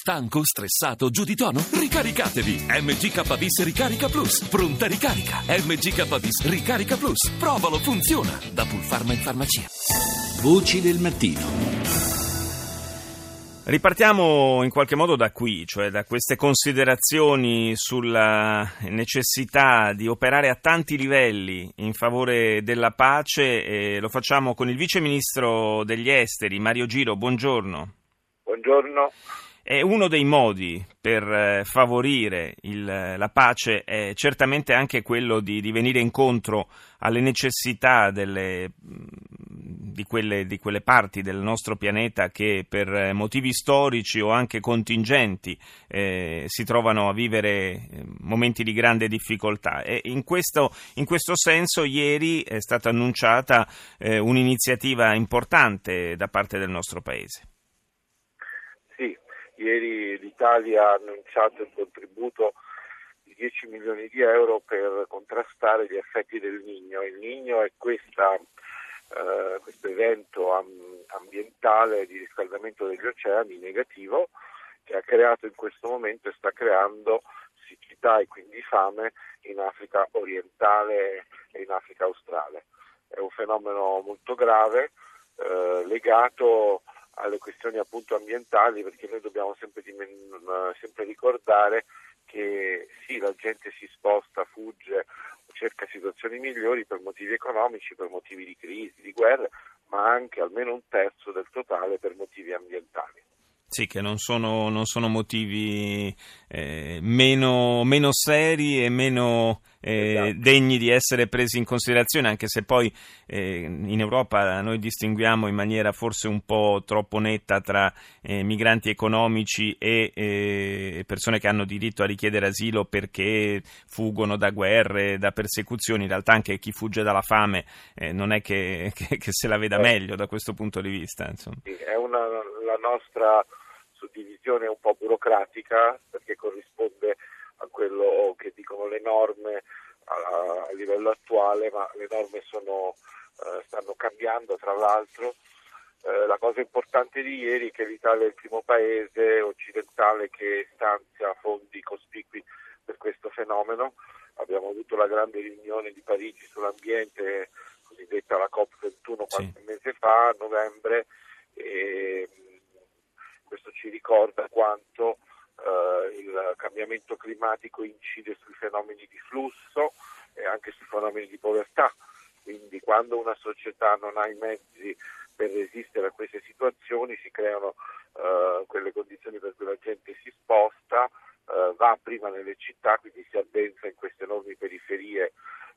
Stanco, stressato, giù di tono? Ricaricatevi! MGKBIS Ricarica Plus. Pronta ricarica. MGKBIS Ricarica Plus. Provalo, funziona. Da Pulpharma in farmacia. Voci del mattino. Ripartiamo in qualche modo da qui, cioè da queste considerazioni sulla necessità di operare a tanti livelli in favore della pace, e lo facciamo con il Vice Ministro degli Esteri, Mario Giro. Buongiorno. Buongiorno. È uno dei modi per favorire la pace è certamente anche quello di venire incontro alle necessità di quelle parti del nostro pianeta che per motivi storici o anche contingenti si trovano a vivere momenti di grande difficoltà. E in questo senso ieri è stata annunciata un'iniziativa importante da parte del nostro Paese. Ieri l'Italia ha annunciato il contributo di 10 milioni di euro per contrastare gli effetti del Niño. Il Niño è questo evento ambientale di riscaldamento degli oceani negativo che ha creato in questo momento e sta creando siccità e quindi fame in Africa orientale e in Africa australe. È un fenomeno molto grave legato alle questioni appunto ambientali, perché noi dobbiamo sempre ricordare che sì, la gente si sposta, fugge, cerca situazioni migliori per motivi economici, per motivi di crisi, di guerra, ma anche almeno un terzo del totale per motivi ambientali. Sì, che non sono motivi meno seri e meno degni di essere presi in considerazione, anche se poi in Europa noi distinguiamo in maniera forse un po' troppo netta tra migranti economici e persone che hanno diritto a richiedere asilo perché fuggono da guerre, da persecuzioni. In realtà anche chi fugge dalla fame non è che se la veda meglio da questo punto di vista. Insomma. Sì, è la nostra suddivisione un po' burocratica, perché corrisponde a quello che dicono le norme a livello attuale, ma le norme stanno cambiando. Tra l'altro la cosa importante di ieri è che l'Italia è il primo paese occidentale che stanzia fondi cospicui per questo fenomeno. Abbiamo avuto la grande riunione di Parigi sull'ambiente, cosiddetta la COP21 qualche mese fa, a novembre, e questo ci ricorda quanto il cambiamento climatico incide sui fenomeni di flusso e anche sui fenomeni di povertà. Quindi quando una società non ha i mezzi per resistere a queste situazioni, si creano quelle condizioni per cui la gente si sposta, va prima nelle città, quindi si addensa in queste enormi periferie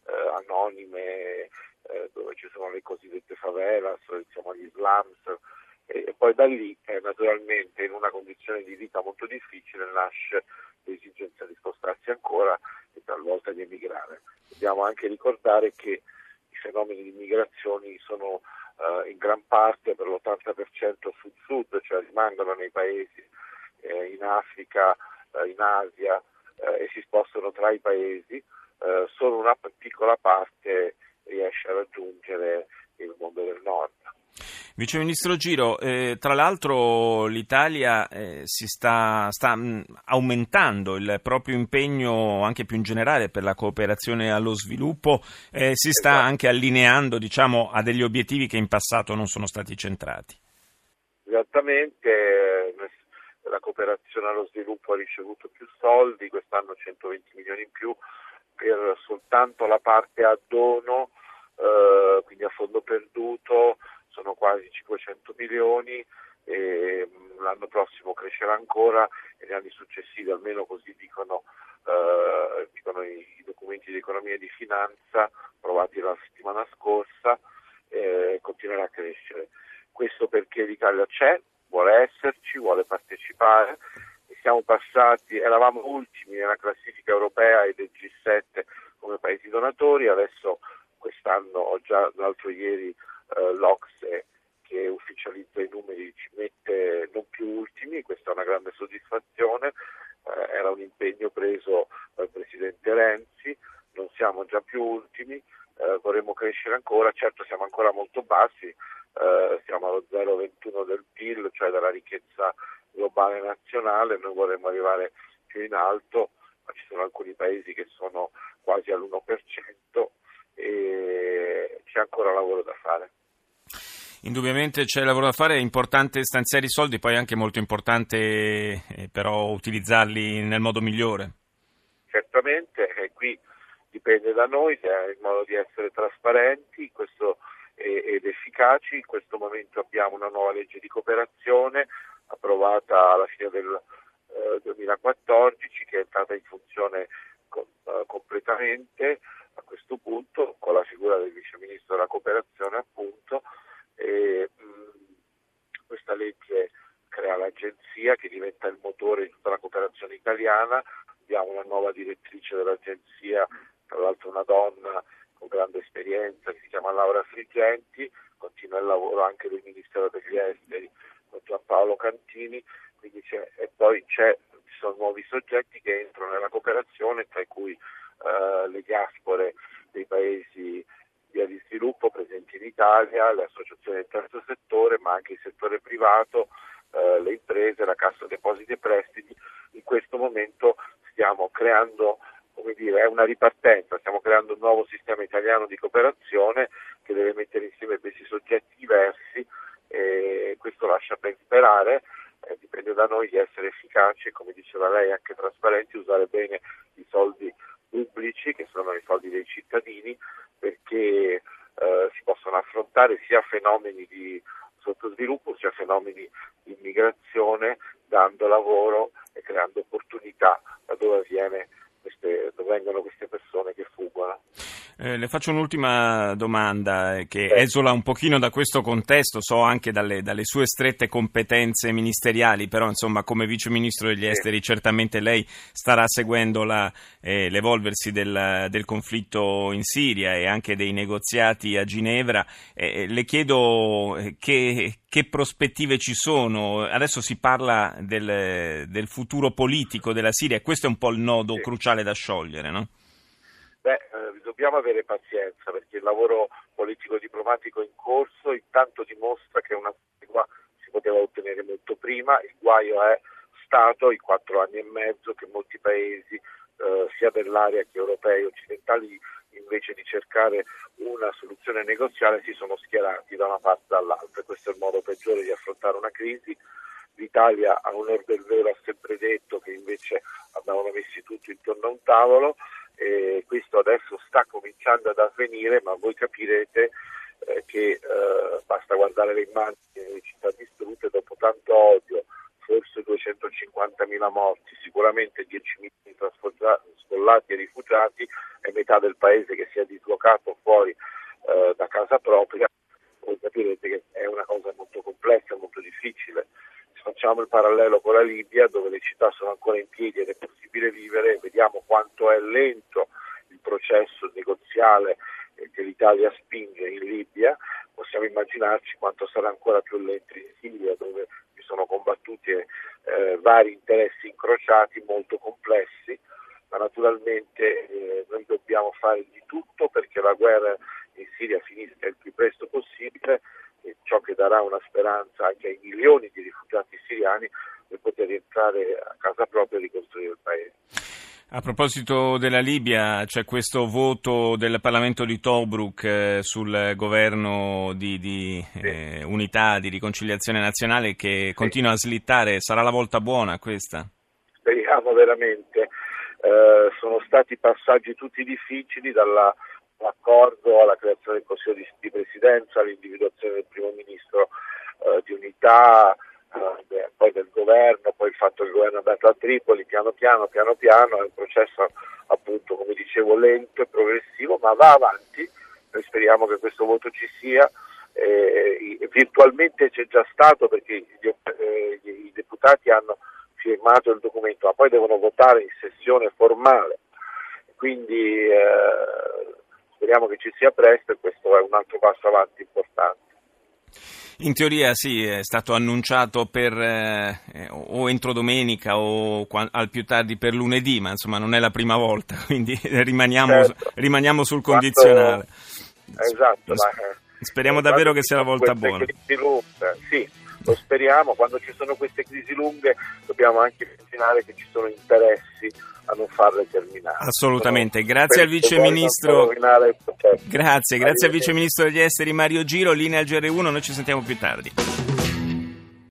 anonime dove ci sono le cosiddette favelas, diciamo gli slums, e poi da lì naturalmente in una condizione di vita molto difficile nasce l'esigenza di spostarsi ancora e talvolta di emigrare. Dobbiamo anche ricordare che i fenomeni di migrazioni sono in gran parte, per l'80%, sud-sud, cioè rimangono nei paesi in Africa, in Asia e si spostano tra i paesi. Solo una piccola parte riesce a raggiungere il mondo del nord. Vice Ministro Giro, tra l'altro l'Italia si sta aumentando il proprio impegno anche più in generale per la cooperazione allo sviluppo, si sta anche allineando, diciamo, a degli obiettivi che in passato non sono stati centrati. Esattamente, la cooperazione allo sviluppo ha ricevuto più soldi, quest'anno 120 milioni in più per soltanto la parte a dono, quindi a fondo perduto. Sono quasi 500 milioni e l'anno prossimo crescerà ancora e negli anni successivi, almeno così dicono i documenti di economia e di finanza approvati la settimana scorsa, continuerà a crescere. Questo perché l'Italia c'è, vuole esserci, vuole partecipare. Eravamo ultimi nella classifica europea e del G7 come paesi donatori, adesso quest'anno, ho già l'altro ieri l'Ocse che ufficializza i numeri ci mette non più ultimi, questa è una grande soddisfazione, era un impegno preso dal Presidente Renzi, non siamo già più ultimi, vorremmo crescere ancora, certo siamo ancora molto bassi, siamo allo 0,21 del PIL, cioè della ricchezza globale globale nazionale, noi vorremmo arrivare più in alto, ma ci sono alcuni paesi che sono quasi all'1% e c'è ancora lavoro da fare. Indubbiamente c'è lavoro da fare, è importante stanziare i soldi, poi è anche molto importante però utilizzarli nel modo migliore. Certamente, qui dipende da noi, il modo di essere trasparenti ed efficaci. In questo momento abbiamo una nuova legge di cooperazione approvata alla fine del 2014, che è entrata in funzione completamente a questo punto, con la figura del Vice Ministro della Cooperazione appunto. Questa legge crea l'agenzia che diventa il motore di tutta la cooperazione italiana. Abbiamo una nuova direttrice dell'agenzia, tra l'altro una donna con grande esperienza, che si chiama Laura Frigenti. Continua il lavoro anche del Ministero degli Esteri con Giampaolo Cantini, quindi ci sono nuovi soggetti che entrano nella cooperazione, tra cui le diaspore dei paesi via di sviluppo presenti in Italia, le associazioni del terzo settore, ma anche il settore privato, le imprese, la Cassa Depositi e Prestiti. In questo momento stiamo creando, è una ripartenza, stiamo creando un nuovo sistema italiano di cooperazione che deve mettere insieme questi soggetti diversi, e questo lascia ben sperare. Dipende da noi di essere efficaci e, come diceva lei, anche trasparenti, usare bene i soldi pubblici, che sono i soldi dei cittadini, perché si possono affrontare sia fenomeni di sottosviluppo sia fenomeni di immigrazione, dando lavoro e creando opportunità da dove vengono queste persone che fuggono. Le faccio un'ultima domanda che esula un pochino da questo contesto, so anche dalle sue strette competenze ministeriali, però insomma come Vice Ministro degli Esteri certamente lei starà seguendo l'evolversi del conflitto in Siria e anche dei negoziati a Ginevra. Le chiedo che prospettive ci sono. Adesso si parla del futuro politico della Siria e questo è un po' il nodo cruciale da sciogliere, no? Dobbiamo avere pazienza, perché il lavoro politico-diplomatico in corso intanto dimostra che una tregua si poteva ottenere molto prima. Il guaio è stato i 4 anni e mezzo che molti paesi, sia dell'area che europei e occidentali, invece di cercare una soluzione negoziale, si sono schierati da una parte e dall'altra. Questo è il modo peggiore di affrontare una crisi. L'Italia, a onor del vero, ha sempre detto che invece andavano messi tutti intorno a un tavolo, e questo adesso sta cominciando ad avvenire, ma voi capirete che basta guardare le immagini delle città distrutte. Dopo tanto odio, forse 250.000 morti, sicuramente 10 milioni di sfollati e rifugiati, e metà del paese che si è dislocato fuori da casa propria. Voi capirete che è una cosa molto complessa, molto difficile. Facciamo il parallelo con la Libia, dove le città sono ancora in piedi ed è possibile vivere, vediamo quanto è lento il processo negoziale che l'Italia spinge in Libia. Possiamo immaginarci quanto sarà ancora più lento in Siria, dove ci sono combattuti vari interessi incrociati molto complessi, ma naturalmente noi dobbiamo fare di tutto perché la guerra in Siria finisca il più presto possibile, ciò che darà una speranza anche ai milioni di rifugiati siriani per poter rientrare a casa propria e ricostruire il paese. A proposito della Libia, c'è questo voto del Parlamento di Tobruk sul governo di unità, di riconciliazione nazionale che continua a slittare. Sarà la volta buona questa? Speriamo veramente. Sono stati passaggi tutti difficili, dall'accordo alla creazione del Consiglio di Presidenza, all'individuazione del primo ministro di unità, poi del governo, poi il fatto che il governo è andato a Tripoli, piano piano, è un processo appunto, come dicevo, lento e progressivo, ma va avanti. Noi speriamo che questo voto ci sia, virtualmente c'è già stato perché i deputati hanno firmato il documento, ma poi devono votare in sessione formale, quindi speriamo che ci sia presto, e questo è un altro passo avanti importante. In teoria sì, è stato annunciato per o entro domenica o al più tardi per lunedì, ma insomma non è la prima volta, quindi rimaniamo sul condizionale. Esatto. Speriamo davvero che sia la volta buona. Sì. lo speriamo. Quando ci sono queste crisi lunghe dobbiamo anche immaginare che ci sono interessi a non farle terminare. Assolutamente, grazie al Vice Ministro. Grazie al Vice Ministro degli Esteri Mario Giro, linea al GR1, noi ci sentiamo più tardi.